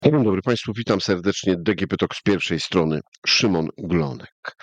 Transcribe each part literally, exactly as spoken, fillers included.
Dzień dobry Państwu, witam serdecznie. D G P Talk z pierwszej strony, Szymon Glonek.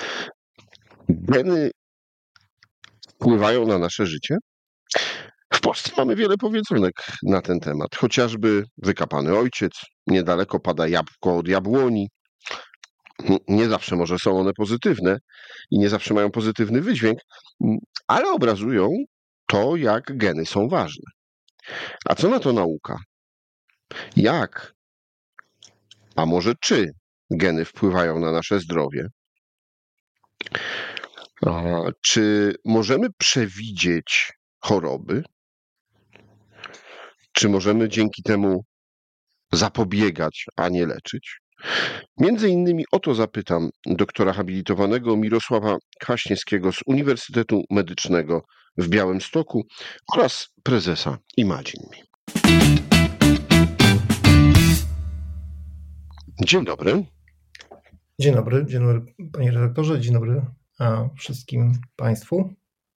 Geny wpływają na nasze życie? W Polsce mamy wiele powiedzonek na ten temat, chociażby wykapany ojciec, niedaleko pada jabłko od jabłoni. Nie zawsze może są one pozytywne i nie zawsze mają pozytywny wydźwięk, ale obrazują to, jak geny są ważne. A co na to nauka? Jak, a może czy geny wpływają na nasze zdrowie? A czy możemy przewidzieć choroby? Czy możemy dzięki temu zapobiegać, a nie leczyć? Między innymi o to zapytam doktora habilitowanego Mirosława Kwaśniewskiego z Uniwersytetu Medycznego w Białymstoku oraz prezesa Imagine Me. Dzień dobry. Dzień dobry, dzień dobry panie redaktorze, dzień dobry a, wszystkim państwu.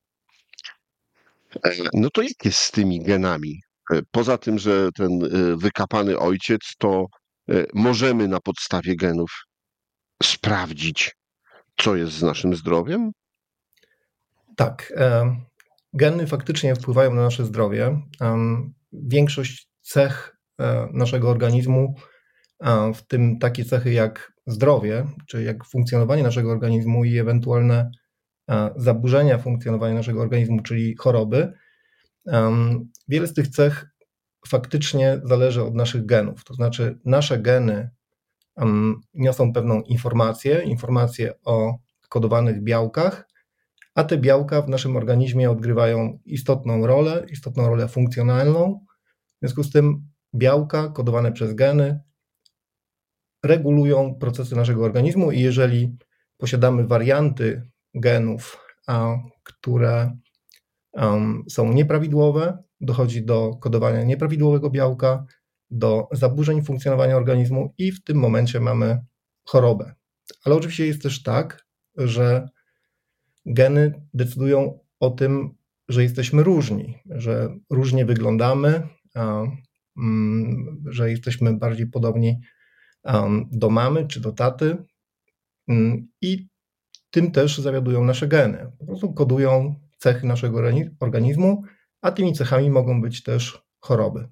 No to jak jest z tymi genami? Poza tym, że ten wykapany ojciec, to możemy na podstawie genów sprawdzić, co jest z naszym zdrowiem? Tak, e, geny faktycznie wpływają na nasze zdrowie. E, większość cech e, naszego organizmu, e, w tym takie cechy jak zdrowie, czy jak funkcjonowanie naszego organizmu i ewentualne e, zaburzenia funkcjonowania naszego organizmu, czyli choroby, e, wiele z tych cech faktycznie zależy od naszych genów. To znaczy nasze geny um, niosą pewną informację, informację o kodowanych białkach, a te białka w naszym organizmie odgrywają istotną rolę, istotną rolę funkcjonalną. W związku z tym białka kodowane przez geny regulują procesy naszego organizmu i jeżeli posiadamy warianty genów, a, które um, są nieprawidłowe, dochodzi do kodowania nieprawidłowego białka, do zaburzeń funkcjonowania organizmu i w tym momencie mamy chorobę. Ale oczywiście jest też tak, że geny decydują o tym, że jesteśmy różni, że różnie wyglądamy, a, mm, że jesteśmy bardziej podobni um, do mamy czy do taty um, i tym też zawiadują nasze geny. Po prostu kodują cechy naszego organizmu, a tymi cechami mogą być też choroby.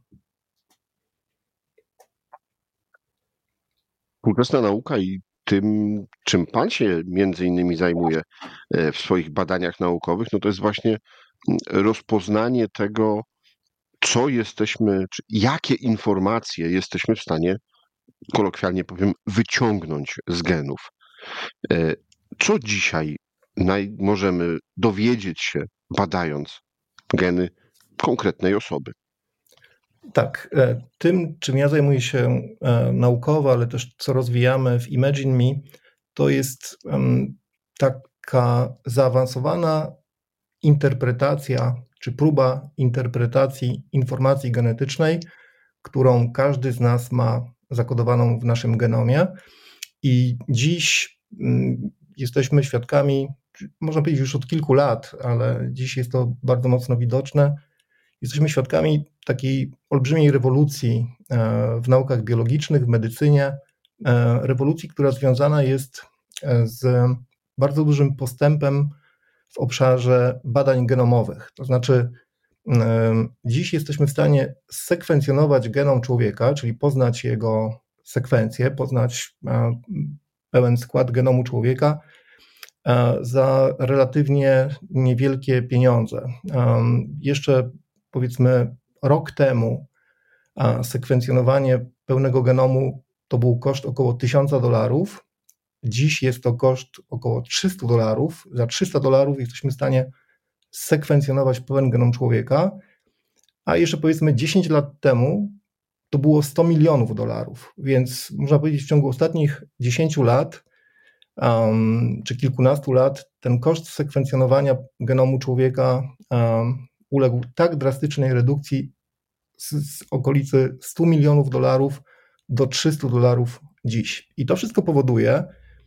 Współczesna nauka i tym, czym Pan się między innymi zajmuje w swoich badaniach naukowych, no to jest właśnie rozpoznanie tego, co jesteśmy, czy jakie informacje jesteśmy w stanie, kolokwialnie powiem, wyciągnąć z genów. Co dzisiaj naj, możemy dowiedzieć się, badając geny konkretnej osoby? Tak, tym, czym ja zajmuję się naukowo, ale też co rozwijamy w Imagine Me, to jest taka zaawansowana interpretacja, czy próba interpretacji informacji genetycznej, którą każdy z nas ma zakodowaną w naszym genomie. I dziś jesteśmy świadkami, można powiedzieć już od kilku lat, ale dziś jest to bardzo mocno widoczne, jesteśmy świadkami takiej olbrzymiej rewolucji w naukach biologicznych, w medycynie, rewolucji, która związana jest z bardzo dużym postępem w obszarze badań genomowych. To znaczy dziś jesteśmy w stanie sekwencjonować genom człowieka, czyli poznać jego sekwencję, poznać pełen skład genomu człowieka za relatywnie niewielkie pieniądze. Jeszcze powiedzmy rok temu sekwencjonowanie pełnego genomu to był koszt około tysiąc dolarów. Dziś jest to koszt około trzysta dolarów. Za trzysta dolarów jesteśmy w stanie sekwencjonować pełen genom człowieka, a jeszcze powiedzmy dziesięć lat temu to było sto milionów dolarów, więc można powiedzieć w ciągu ostatnich dziesięciu lat um, czy kilkunastu lat ten koszt sekwencjonowania genomu człowieka um, uległ tak drastycznej redukcji z, z okolicy stu milionów dolarów do trzystu dolarów dziś. I to wszystko powoduje,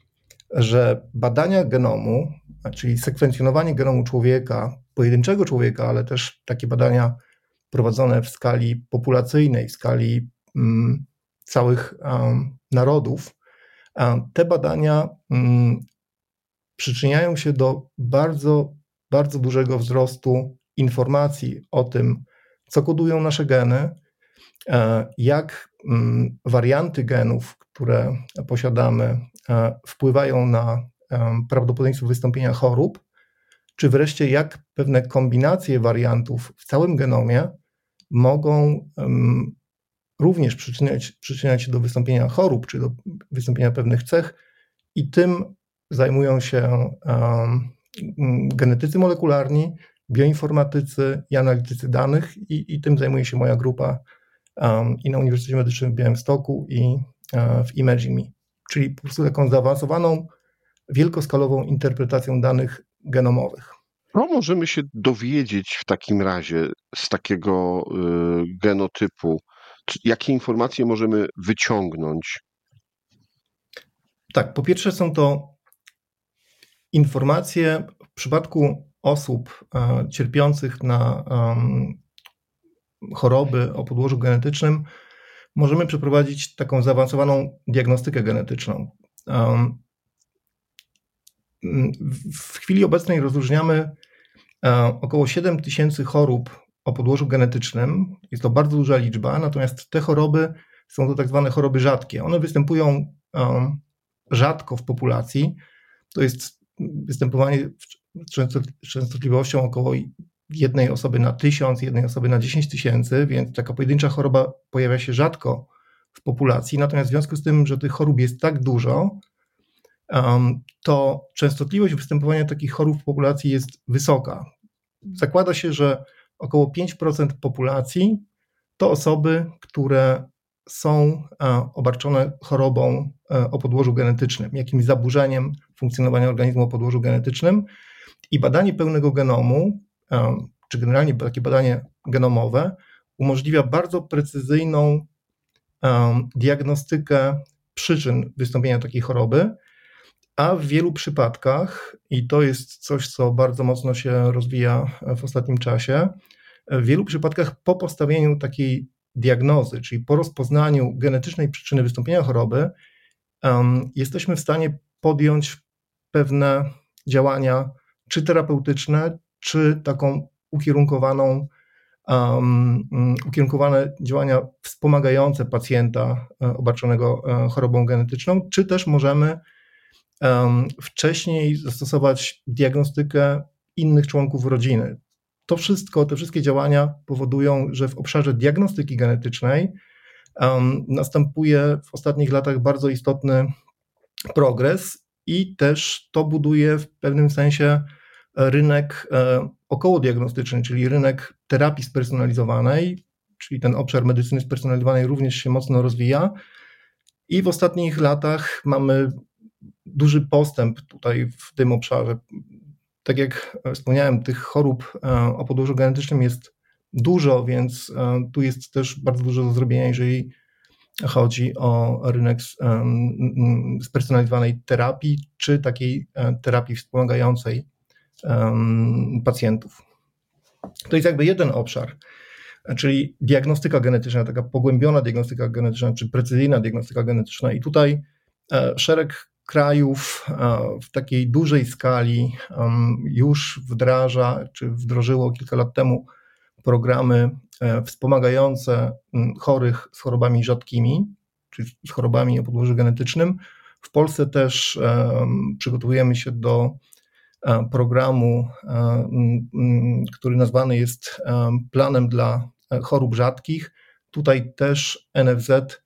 że badania genomu, czyli sekwencjonowanie genomu człowieka, pojedynczego człowieka, ale też takie badania prowadzone w skali populacyjnej, w skali um, całych narodów. Te badania przyczyniają się do bardzo, bardzo dużego wzrostu informacji o tym, co kodują nasze geny, jak warianty genów, które posiadamy, wpływają na prawdopodobieństwo wystąpienia chorób, czy wreszcie jak pewne kombinacje wariantów w całym genomie mogą również przyczyniać, przyczyniać się do wystąpienia chorób, czy do wystąpienia pewnych cech, i tym zajmują się um, genetycy molekularni, bioinformatycy i analitycy danych, i, i tym zajmuje się moja grupa um, i na Uniwersytecie Medycznym w Białymstoku, i uh, w Imagine Me, czyli po prostu taką zaawansowaną, wielkoskalową interpretacją danych genomowych. No, możemy się dowiedzieć w takim razie z takiego y, genotypu, czy, jakie informacje możemy wyciągnąć? Tak, po pierwsze są to informacje w przypadku osób e, cierpiących na um, choroby o podłożu genetycznym. Możemy przeprowadzić taką zaawansowaną diagnostykę genetyczną. Um, w chwili obecnej rozróżniamy e, około siedem tysięcy chorób o podłożu genetycznym. Jest to bardzo duża liczba, natomiast te choroby są to tak zwane choroby rzadkie. One występują um, rzadko w populacji. To jest występowanie z częstotliwością około jednej osoby na tysiąc, jednej osoby na dziesięć tysięcy, więc taka pojedyncza choroba pojawia się rzadko w populacji. Natomiast w związku z tym, że tych chorób jest tak dużo, to częstotliwość występowania takich chorób w populacji jest wysoka. Zakłada się, że około pięć procent populacji to osoby, które są obarczone chorobą o podłożu genetycznym, jakimś zaburzeniem funkcjonowania organizmu o podłożu genetycznym, i badanie pełnego genomu, czy generalnie takie badanie genomowe, umożliwia bardzo precyzyjną diagnostykę przyczyn wystąpienia takiej choroby, a w wielu przypadkach, i to jest coś, co bardzo mocno się rozwija w ostatnim czasie, w wielu przypadkach po postawieniu takiej diagnozy, czyli po rozpoznaniu genetycznej przyczyny wystąpienia choroby, um, jesteśmy w stanie podjąć pewne działania, czy terapeutyczne, czy taką ukierunkowaną, um, ukierunkowane działania wspomagające pacjenta obarczonego chorobą genetyczną, czy też możemy um, wcześniej zastosować diagnostykę innych członków rodziny. To wszystko, te wszystkie działania powodują, że w obszarze diagnostyki genetycznej um, następuje w ostatnich latach bardzo istotny progres, i też to buduje w pewnym sensie rynek e, okołodiagnostyczny, czyli rynek terapii spersonalizowanej, czyli ten obszar medycyny spersonalizowanej również się mocno rozwija, i w ostatnich latach mamy duży postęp tutaj w tym obszarze. Tak jak wspomniałem, tych chorób o podłożu genetycznym jest dużo, więc tu jest też bardzo dużo do zrobienia, jeżeli chodzi o rynek spersonalizowanej terapii, czy takiej terapii wspomagającej pacjentów. To jest jakby jeden obszar, czyli diagnostyka genetyczna, taka pogłębiona diagnostyka genetyczna, czy precyzyjna diagnostyka genetyczna. I tutaj szereg krajów w takiej dużej skali już wdraża, czy wdrożyło kilka lat temu programy wspomagające chorych z chorobami rzadkimi, czy z chorobami o podłożu genetycznym. W Polsce też przygotowujemy się do programu, który nazwany jest planem dla chorób rzadkich. Tutaj też N F Z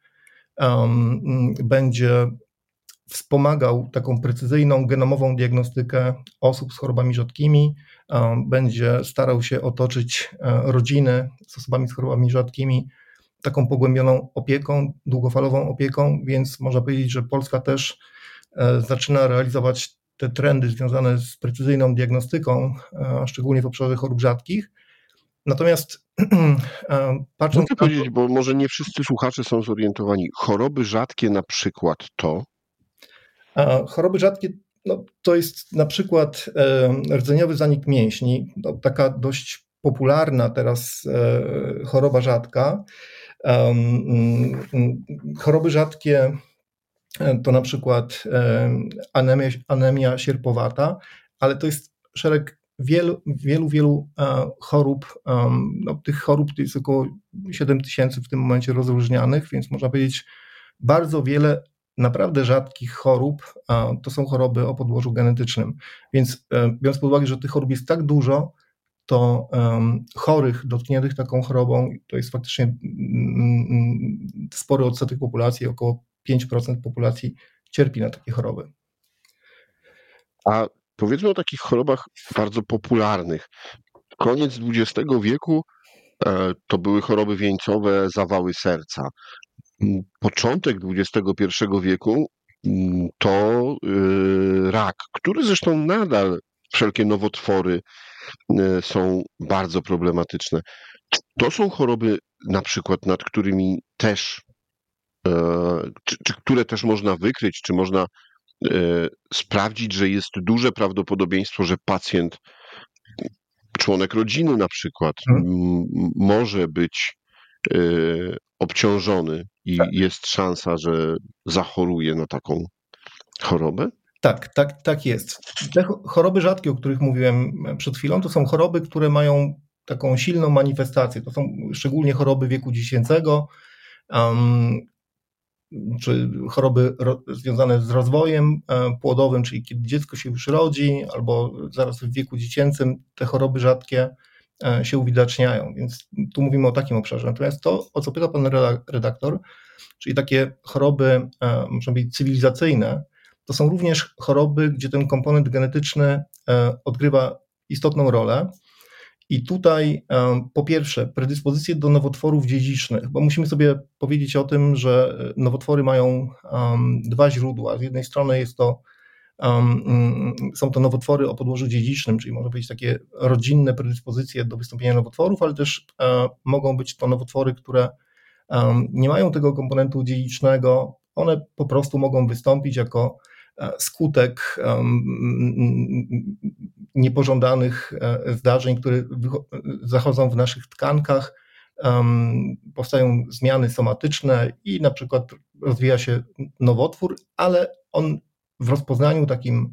będzie wspomagał taką precyzyjną genomową diagnostykę osób z chorobami rzadkimi, będzie starał się otoczyć rodziny z osobami z chorobami rzadkimi taką pogłębioną opieką, długofalową opieką, więc można powiedzieć, że Polska też zaczyna realizować te trendy związane z precyzyjną diagnostyką, a szczególnie w obszarze chorób rzadkich. Natomiast patrząc... Mogę powiedzieć, bo może nie wszyscy słuchacze są zorientowani. Choroby rzadkie na przykład to? Choroby rzadkie no, to jest na przykład e, rdzeniowy zanik mięśni, no, taka dość popularna teraz e, choroba rzadka. Choroby rzadkie to na przykład anemia, anemia sierpowata, ale to jest szereg wielu, wielu, wielu chorób. No, tych chorób jest około siedem tysięcy w tym momencie rozróżnianych, więc można powiedzieć bardzo wiele naprawdę rzadkich chorób to są choroby o podłożu genetycznym. Więc biorąc pod uwagę, że tych chorób jest tak dużo, to um, chorych dotkniętych taką chorobą to jest faktycznie mm, spory odsetek populacji, około pięć procent populacji cierpi na takie choroby. A powiedzmy o takich chorobach bardzo popularnych. Koniec dwudziestego wieku e, to były choroby wieńcowe, zawały serca. Początek dwudziestego pierwszego wieku to y, rak, który zresztą nadal wszelkie nowotwory y, są bardzo problematyczne. To są choroby na przykład, nad którymi też, y, czy, czy które też można wykryć, czy można y, sprawdzić, że jest duże prawdopodobieństwo, że pacjent, członek rodziny na przykład, Hmm. m, może być y, obciążony i Tak. jest szansa, że zachoruje na taką chorobę? Tak, tak, tak jest. Te choroby rzadkie, o których mówiłem przed chwilą, to są choroby, które mają taką silną manifestację. To są szczególnie choroby wieku dziecięcego, um, czy choroby ro, związane z rozwojem e, płodowym, czyli kiedy dziecko się już rodzi, albo zaraz w wieku dziecięcym te choroby rzadkie e, się uwidaczniają, więc tu mówimy o takim obszarze. Natomiast to, o co pyta pan redaktor, czyli takie choroby, e, można powiedzieć, cywilizacyjne, to są również choroby, gdzie ten komponent genetyczny e, odgrywa istotną rolę. I tutaj po pierwsze predyspozycje do nowotworów dziedzicznych, bo musimy sobie powiedzieć o tym, że nowotwory mają dwa źródła. Z jednej strony jest to, są to nowotwory o podłożu dziedzicznym, czyli może być takie rodzinne predyspozycje do wystąpienia nowotworów, ale też mogą być to nowotwory, które nie mają tego komponentu dziedzicznego. One po prostu mogą wystąpić jako skutek niepożądanych zdarzeń, które zachodzą w naszych tkankach, powstają zmiany somatyczne i na przykład rozwija się nowotwór, ale on w rozpoznaniu takim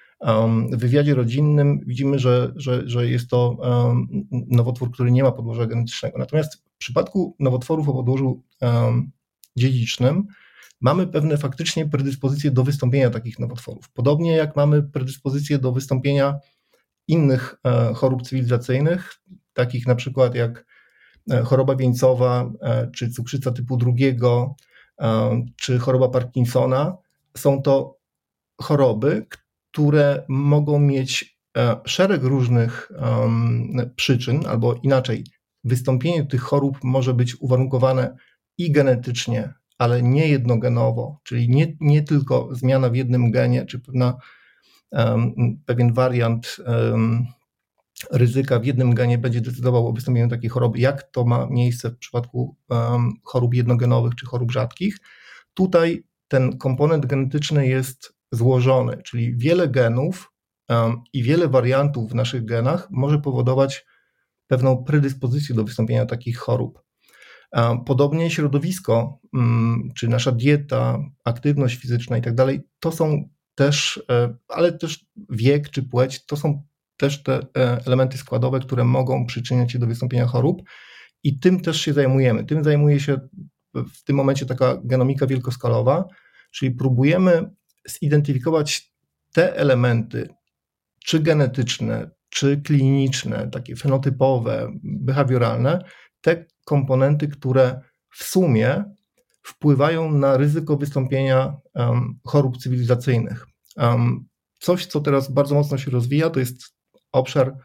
w wywiadzie rodzinnym widzimy, że, że, że jest to nowotwór, który nie ma podłoża genetycznego. Natomiast w przypadku nowotworów o podłożu dziedzicznym mamy pewne faktycznie predyspozycje do wystąpienia takich nowotworów. Podobnie jak mamy predyspozycje do wystąpienia innych chorób cywilizacyjnych, takich na przykład jak choroba wieńcowa, czy cukrzyca typu drugiego, czy choroba Parkinsona. Są to choroby, które mogą mieć szereg różnych przyczyn, albo inaczej, wystąpienie tych chorób może być uwarunkowane i genetycznie, ale nie jednogenowo, czyli nie, nie tylko zmiana w jednym genie, czy pewna, um, pewien wariant um, ryzyka w jednym genie będzie decydował o wystąpieniu takiej choroby, jak to ma miejsce w przypadku um, chorób jednogenowych czy chorób rzadkich. Tutaj ten komponent genetyczny jest złożony, czyli wiele genów um, i wiele wariantów w naszych genach może powodować pewną predyspozycję do wystąpienia takich chorób. Podobnie środowisko, czy nasza dieta, aktywność fizyczna i tak dalej, to są też, ale też wiek czy płeć, to są też te elementy składowe, które mogą przyczyniać się do wystąpienia chorób i tym też się zajmujemy. Tym zajmuje się w tym momencie taka genomika wielkoskalowa, czyli próbujemy zidentyfikować te elementy, czy genetyczne, czy kliniczne, takie fenotypowe, behawioralne, te komponenty, które w sumie wpływają na ryzyko wystąpienia um, chorób cywilizacyjnych. Um, coś, co teraz bardzo mocno się rozwija, to jest obszar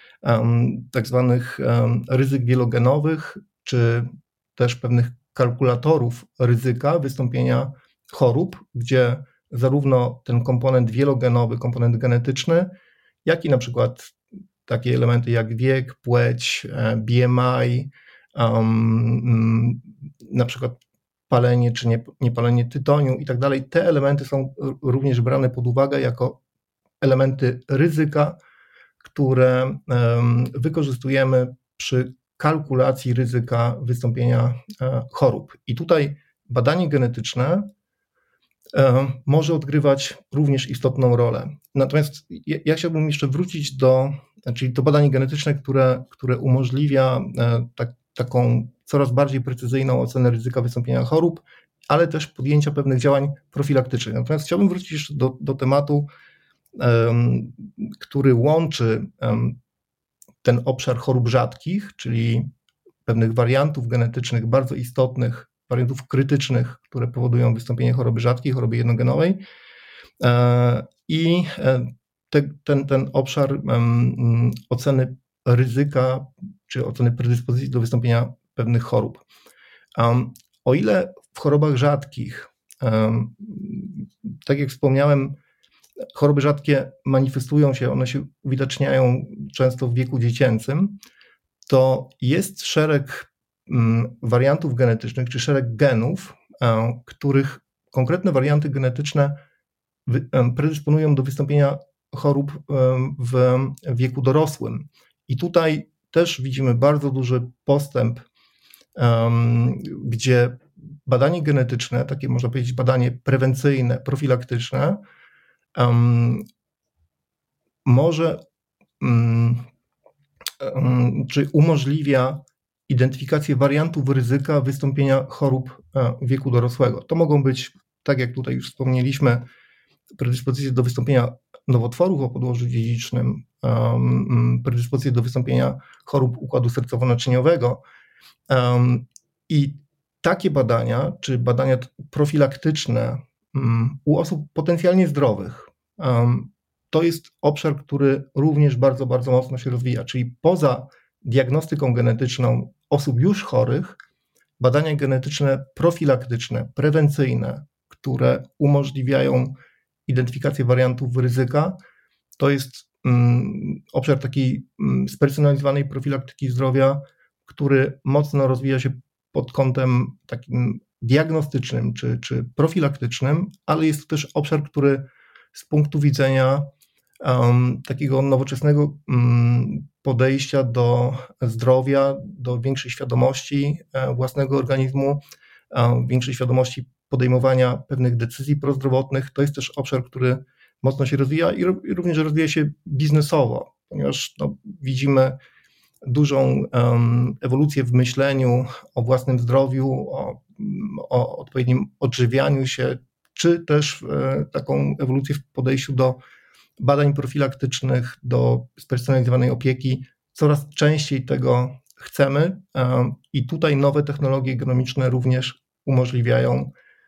um, tak zwanych um, ryzyk wielogenowych, czy też pewnych kalkulatorów ryzyka wystąpienia chorób, gdzie zarówno ten komponent wielogenowy, komponent genetyczny, jak i na przykład takie elementy jak wiek, płeć, B M I, um, na przykład palenie czy nie, niepalenie tytoniu i tak dalej. Te elementy są również brane pod uwagę jako elementy ryzyka, które um, wykorzystujemy przy kalkulacji ryzyka wystąpienia chorób. I tutaj badanie genetyczne może odgrywać również istotną rolę. Natomiast ja, ja chciałbym jeszcze wrócić do, czyli to badanie genetyczne, które, które umożliwia tak, taką coraz bardziej precyzyjną ocenę ryzyka wystąpienia chorób, ale też podjęcia pewnych działań profilaktycznych. Natomiast chciałbym wrócić jeszcze do, do tematu, um, który łączy um, ten obszar chorób rzadkich, czyli pewnych wariantów genetycznych bardzo istotnych, wariantów krytycznych, które powodują wystąpienie choroby rzadkiej, choroby jednogenowej, i te, ten, ten obszar um, oceny ryzyka, czy oceny predyspozycji do wystąpienia pewnych chorób. Um, o ile w chorobach rzadkich, um, tak jak wspomniałem, choroby rzadkie manifestują się, one się uwidaczniają często w wieku dziecięcym, to jest szereg um, wariantów genetycznych, czy szereg genów, um, których konkretne warianty genetyczne wy, um, predysponują do wystąpienia chorób um, w wieku dorosłym. I tutaj też widzimy bardzo duży postęp, um, gdzie badanie genetyczne, takie można powiedzieć badanie prewencyjne, profilaktyczne, um, może um, um, czy umożliwia identyfikację wariantów ryzyka wystąpienia chorób wieku dorosłego. To mogą być, tak jak tutaj już wspomnieliśmy, predyspozycje do wystąpienia nowotworów o podłożu dziedzicznym, um, predyspozycje do wystąpienia chorób układu sercowo-naczyniowego. Um, I takie badania, czy badania profilaktyczne um, u osób potencjalnie zdrowych, um, to jest obszar, który również bardzo, bardzo mocno się rozwija, czyli poza diagnostyką genetyczną osób już chorych, badania genetyczne profilaktyczne, prewencyjne, które umożliwiają identyfikację wariantów ryzyka, to jest um, obszar takiej um, spersonalizowanej profilaktyki zdrowia, który mocno rozwija się pod kątem takim diagnostycznym czy, czy profilaktycznym, ale jest to też obszar, który z punktu widzenia um, takiego nowoczesnego um, podejścia do zdrowia, do większej świadomości e, własnego organizmu, e, większej świadomości podejmowania pewnych decyzji prozdrowotnych, to jest też obszar, który mocno się rozwija i, i również rozwija się biznesowo, ponieważ no, widzimy dużą um, ewolucję w myśleniu o własnym zdrowiu, o, o odpowiednim odżywianiu się, czy też e, taką ewolucję w podejściu do badań profilaktycznych, do spersonalizowanej opieki. Coraz częściej tego chcemy um, i tutaj nowe technologie genomiczne również umożliwiają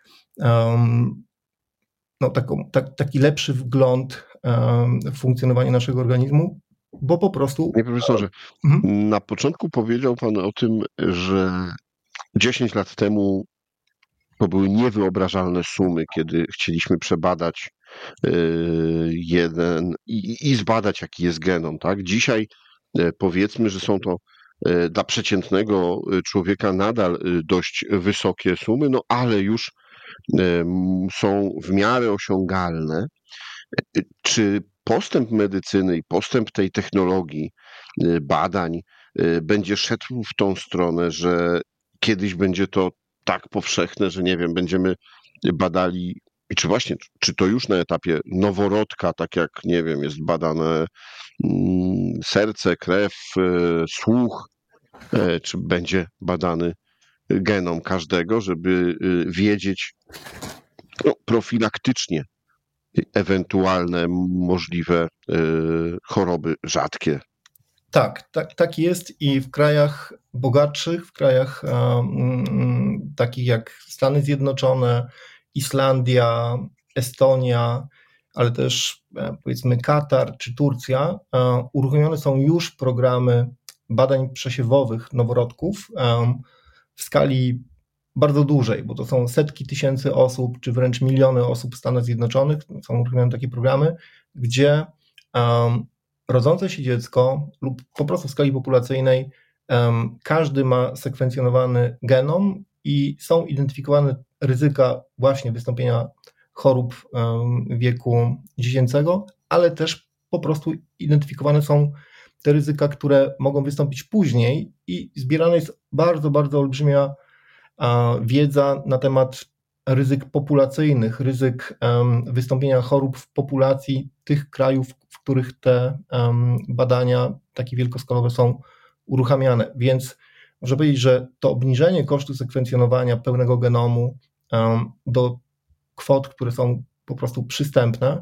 um, no, taką, tak, taki lepszy wgląd um, w funkcjonowanie naszego organizmu, bo po prostu... Panie profesorze, mhm. na początku powiedział pan o tym, że dziesięć lat temu to były niewyobrażalne sumy, kiedy chcieliśmy przebadać jeden i, i zbadać, jaki jest genom. Tak? Dzisiaj powiedzmy, że są to dla przeciętnego człowieka nadal dość wysokie sumy, no ale już są w miarę osiągalne. Czy postęp medycyny i postęp tej technologii, badań będzie szedł w tą stronę, że kiedyś będzie to tak powszechne, że nie wiem, będziemy badali, i czy właśnie, czy to już na etapie noworodka, tak jak, nie wiem, jest badane serce, krew, słuch, czy będzie badany genom każdego, żeby wiedzieć no, profilaktycznie ewentualne możliwe choroby rzadkie. Tak, tak, tak jest i w krajach bogatszych, w krajach um, takich jak Stany Zjednoczone, Islandia, Estonia, ale też powiedzmy Katar czy Turcja, um, uruchomione są już programy badań przesiewowych noworodków um, w skali bardzo dużej, bo to są setki tysięcy osób, czy wręcz miliony osób w Stanach Zjednoczonych, są uruchomione takie programy, gdzie um, rodzące się dziecko lub po prostu w skali populacyjnej um, każdy ma sekwencjonowany genom i są identyfikowane ryzyka właśnie wystąpienia chorób um, wieku dziecięcego, ale też po prostu identyfikowane są te ryzyka, które mogą wystąpić później i zbierana jest bardzo, bardzo olbrzymia wiedza na temat ryzyk populacyjnych, ryzyk wystąpienia chorób w populacji tych krajów, w których te badania takie wielkoskalowe są uruchamiane. Więc można powiedzieć, że to obniżenie kosztu sekwencjonowania pełnego genomu do kwot, które są po prostu przystępne,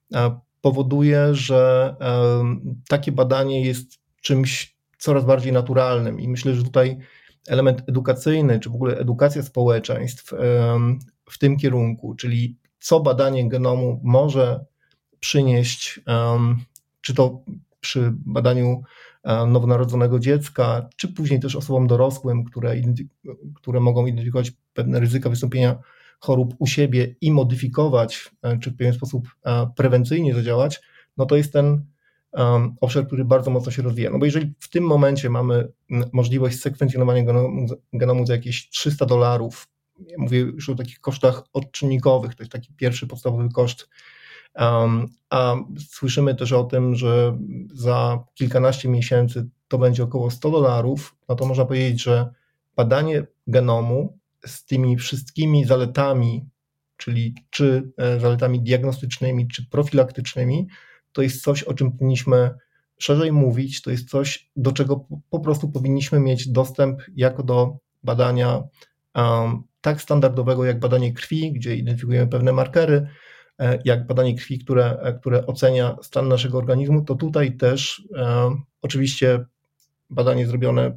powoduje, że takie badanie jest czymś coraz bardziej naturalnym i myślę, że tutaj element edukacyjny, czy w ogóle edukacja społeczeństw w tym kierunku, czyli co badanie genomu może przynieść, czy to przy badaniu nowonarodzonego dziecka, czy później też osobom dorosłym, które, które mogą identyfikować pewne ryzyka wystąpienia chorób u siebie i modyfikować, czy w pewien sposób prewencyjnie zadziałać, no to jest ten um, obszar, który bardzo mocno się rozwija. No bo jeżeli w tym momencie mamy możliwość sekwencjonowania genomu, genomu za jakieś trzysta dolarów, ja mówię już o takich kosztach odczynnikowych, to jest taki pierwszy podstawowy koszt, um, a słyszymy też o tym, że za kilkanaście miesięcy to będzie około sto dolarów, no to można powiedzieć, że badanie genomu z tymi wszystkimi zaletami, czyli czy zaletami diagnostycznymi, czy profilaktycznymi, to jest coś, o czym powinniśmy szerzej mówić, to jest coś, do czego po prostu powinniśmy mieć dostęp jako do badania um, tak standardowego jak badanie krwi, gdzie identyfikujemy pewne markery, jak badanie krwi, które, które ocenia stan naszego organizmu, to tutaj też um, oczywiście badanie zrobione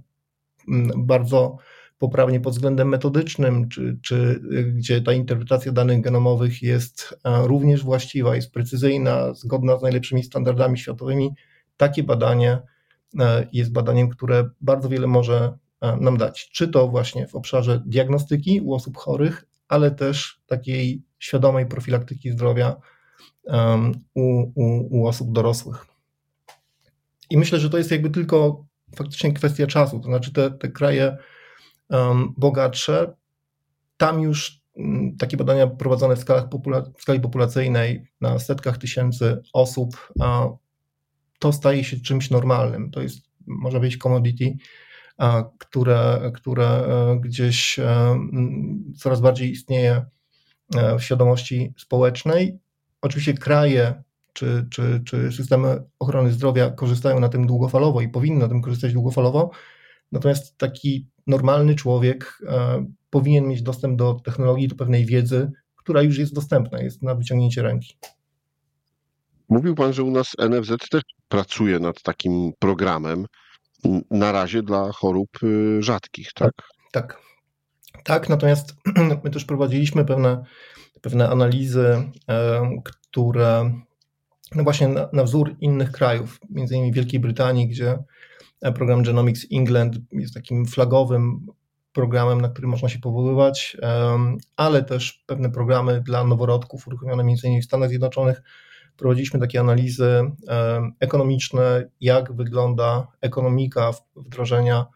bardzo poprawnie pod względem metodycznym, czy, czy gdzie ta interpretacja danych genomowych jest również właściwa, jest precyzyjna, zgodna z najlepszymi standardami światowymi, takie badanie jest badaniem, które bardzo wiele może nam dać. Czy to właśnie w obszarze diagnostyki u osób chorych, ale też takiej świadomej profilaktyki zdrowia u, u, u osób dorosłych. I myślę, że to jest jakby tylko faktycznie kwestia czasu, to znaczy te, te kraje um, bogatsze, tam już um, takie badania prowadzone w, skalach popula- w skali populacyjnej na setkach tysięcy osób, a, to staje się czymś normalnym. To jest, można powiedzieć, commodity, a, które, które a, gdzieś a, coraz bardziej istnieje a, w świadomości społecznej. Oczywiście kraje Czy, czy, czy systemy ochrony zdrowia korzystają na tym długofalowo i powinny na tym korzystać długofalowo, natomiast taki normalny człowiek e, powinien mieć dostęp do technologii, do pewnej wiedzy, która już jest dostępna, jest na wyciągnięcie ręki. Mówił pan, że u nas N F Z też pracuje nad takim programem, na razie dla chorób rzadkich, tak? Tak, tak, tak natomiast my też prowadziliśmy pewne, pewne analizy, e, które no właśnie na, na wzór innych krajów, między innymi Wielkiej Brytanii, gdzie program Genomics England jest takim flagowym programem, na który można się powoływać, ale też pewne programy dla noworodków uruchomione między innymi w Stanach Zjednoczonych. Prowadziliśmy takie analizy ekonomiczne, jak wygląda ekonomika wdrożenia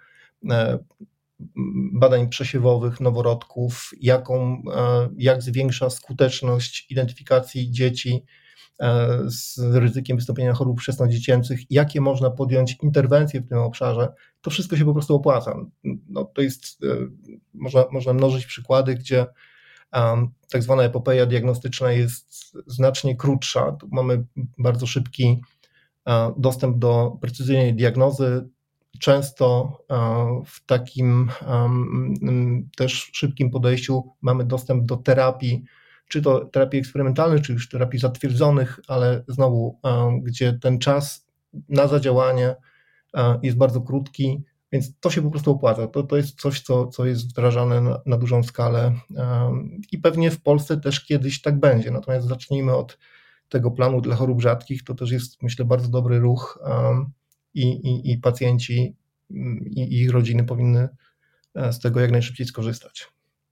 badań przesiewowych noworodków, jaką, jak zwiększa skuteczność identyfikacji dzieci z ryzykiem wystąpienia chorób wczesnodziecięcych, jakie można podjąć interwencje w tym obszarze, to wszystko się po prostu opłaca. No, to jest, można, można mnożyć przykłady, gdzie um, tak zwana epopeja diagnostyczna jest znacznie krótsza. Tu mamy bardzo szybki uh, dostęp do precyzyjnej diagnozy, często uh, w takim um, też szybkim podejściu mamy dostęp do terapii, czy to terapii eksperymentalnych, czy już terapii zatwierdzonych, ale znowu, gdzie ten czas na zadziałanie jest bardzo krótki, więc to się po prostu opłaca. To, to jest coś, co, co jest wdrażane na, na dużą skalę i pewnie w Polsce też kiedyś tak będzie. Natomiast zacznijmy od tego planu dla chorób rzadkich, to też jest, myślę, bardzo dobry ruch i, i, i pacjenci i, i ich rodziny powinny z tego jak najszybciej skorzystać.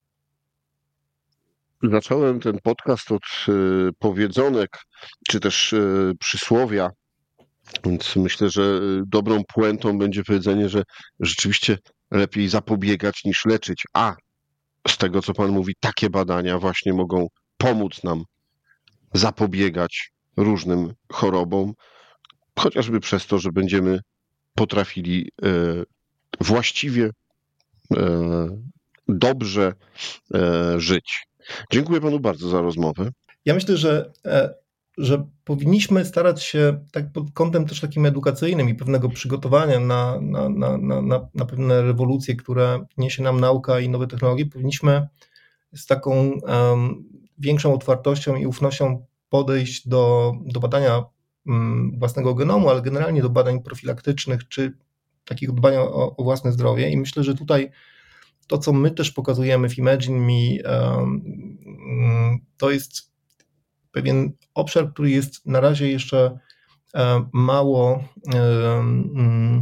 Zacząłem ten podcast od powiedzonek, czy też przysłowia, więc myślę, że dobrą puentą będzie powiedzenie, że rzeczywiście lepiej zapobiegać niż leczyć. A z tego, co pan mówi, takie badania właśnie mogą pomóc nam zapobiegać różnym chorobom, chociażby przez to, że będziemy potrafili właściwie, dobrze żyć. Dziękuję panu bardzo za rozmowę. Ja myślę, że, że powinniśmy starać się tak pod kątem też takim edukacyjnym i pewnego przygotowania na, na, na, na, na pewne rewolucje, które niesie nam nauka i nowe technologie, powinniśmy z taką um, większą otwartością i ufnością podejść do, do badania um, własnego genomu, ale generalnie do badań profilaktycznych, czy takiego dbania o, o własne zdrowie. I myślę, że tutaj to, co my też pokazujemy w Imagine Me, um, to jest pewien obszar, który jest na razie jeszcze um, mało, um,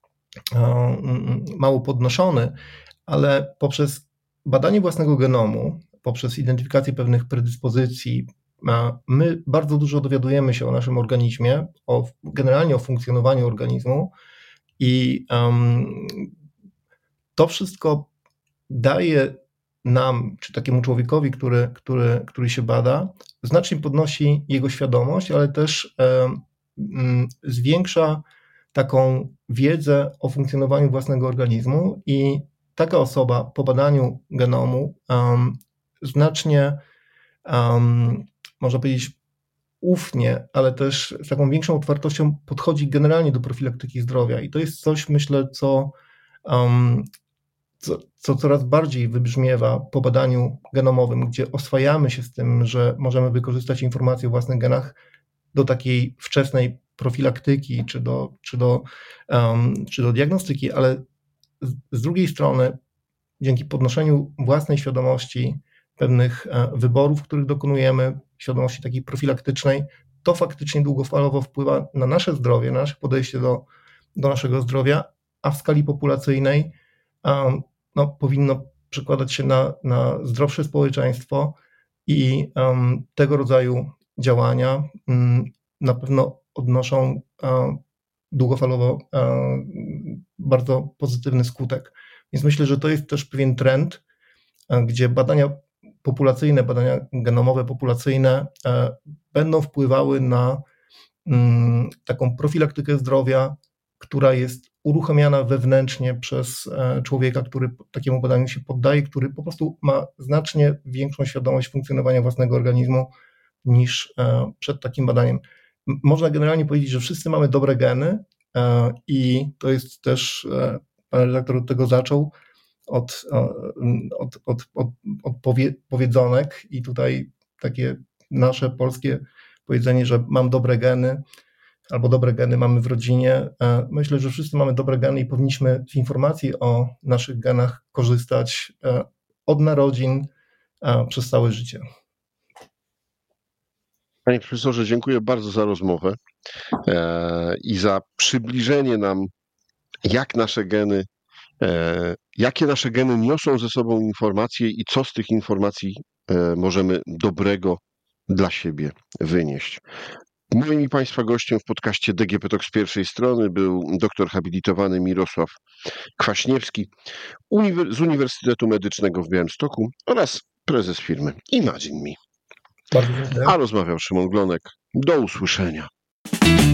um, mało podnoszony, ale poprzez badanie własnego genomu, poprzez identyfikację pewnych predyspozycji, my bardzo dużo dowiadujemy się o naszym organizmie, o, generalnie o funkcjonowaniu organizmu i um, to wszystko daje nam, czy takiemu człowiekowi, który, który, który się bada, znacznie podnosi jego świadomość, ale też um, zwiększa taką wiedzę o funkcjonowaniu własnego organizmu i taka osoba po badaniu genomu um, znacznie, um, można powiedzieć, ufnie, ale też z taką większą otwartością podchodzi generalnie do profilaktyki zdrowia. I to jest coś, myślę, co, um, co, co coraz bardziej wybrzmiewa po badaniu genomowym, gdzie oswajamy się z tym, że możemy wykorzystać informacje o własnych genach do takiej wczesnej profilaktyki czy do, czy do, um, czy do diagnostyki, ale z, z drugiej strony dzięki podnoszeniu własnej świadomości pewnych wyborów, których dokonujemy, świadomości takiej profilaktycznej, to faktycznie długofalowo wpływa na nasze zdrowie, na nasze podejście do, do naszego zdrowia, a w skali populacyjnej um, no, powinno przekładać się na, na zdrowsze społeczeństwo i um, tego rodzaju działania um, na pewno odnoszą um, długofalowo um, bardzo pozytywny skutek. Więc myślę, że to jest też pewien trend, gdzie badania populacyjne, badania genomowe populacyjne będą wpływały na taką profilaktykę zdrowia, która jest uruchamiana wewnętrznie przez człowieka, który takiemu badaniu się poddaje, który po prostu ma znacznie większą świadomość funkcjonowania własnego organizmu niż przed takim badaniem. Można generalnie powiedzieć, że wszyscy mamy dobre geny i to jest też, pan redaktor od tego zaczął, od, od, od, od, od powie, powiedzonek i tutaj takie nasze polskie powiedzenie, że mam dobre geny albo dobre geny mamy w rodzinie. Myślę, że wszyscy mamy dobre geny i powinniśmy z informacji o naszych genach korzystać od narodzin przez całe życie. Panie profesorze, dziękuję bardzo za rozmowę i za przybliżenie nam, jak nasze geny Jakie nasze geny niosą ze sobą informacje i co z tych informacji możemy dobrego dla siebie wynieść. Moim i Państwa gościem w podcaście D G P Talk z pierwszej strony był doktor habilitowany Mirosław Kwaśniewski z Uniwersytetu Medycznego w Białymstoku oraz prezes firmy Imagine Me. Bardzo dziękuję. A rozmawiał Szymon Glonek. Do usłyszenia.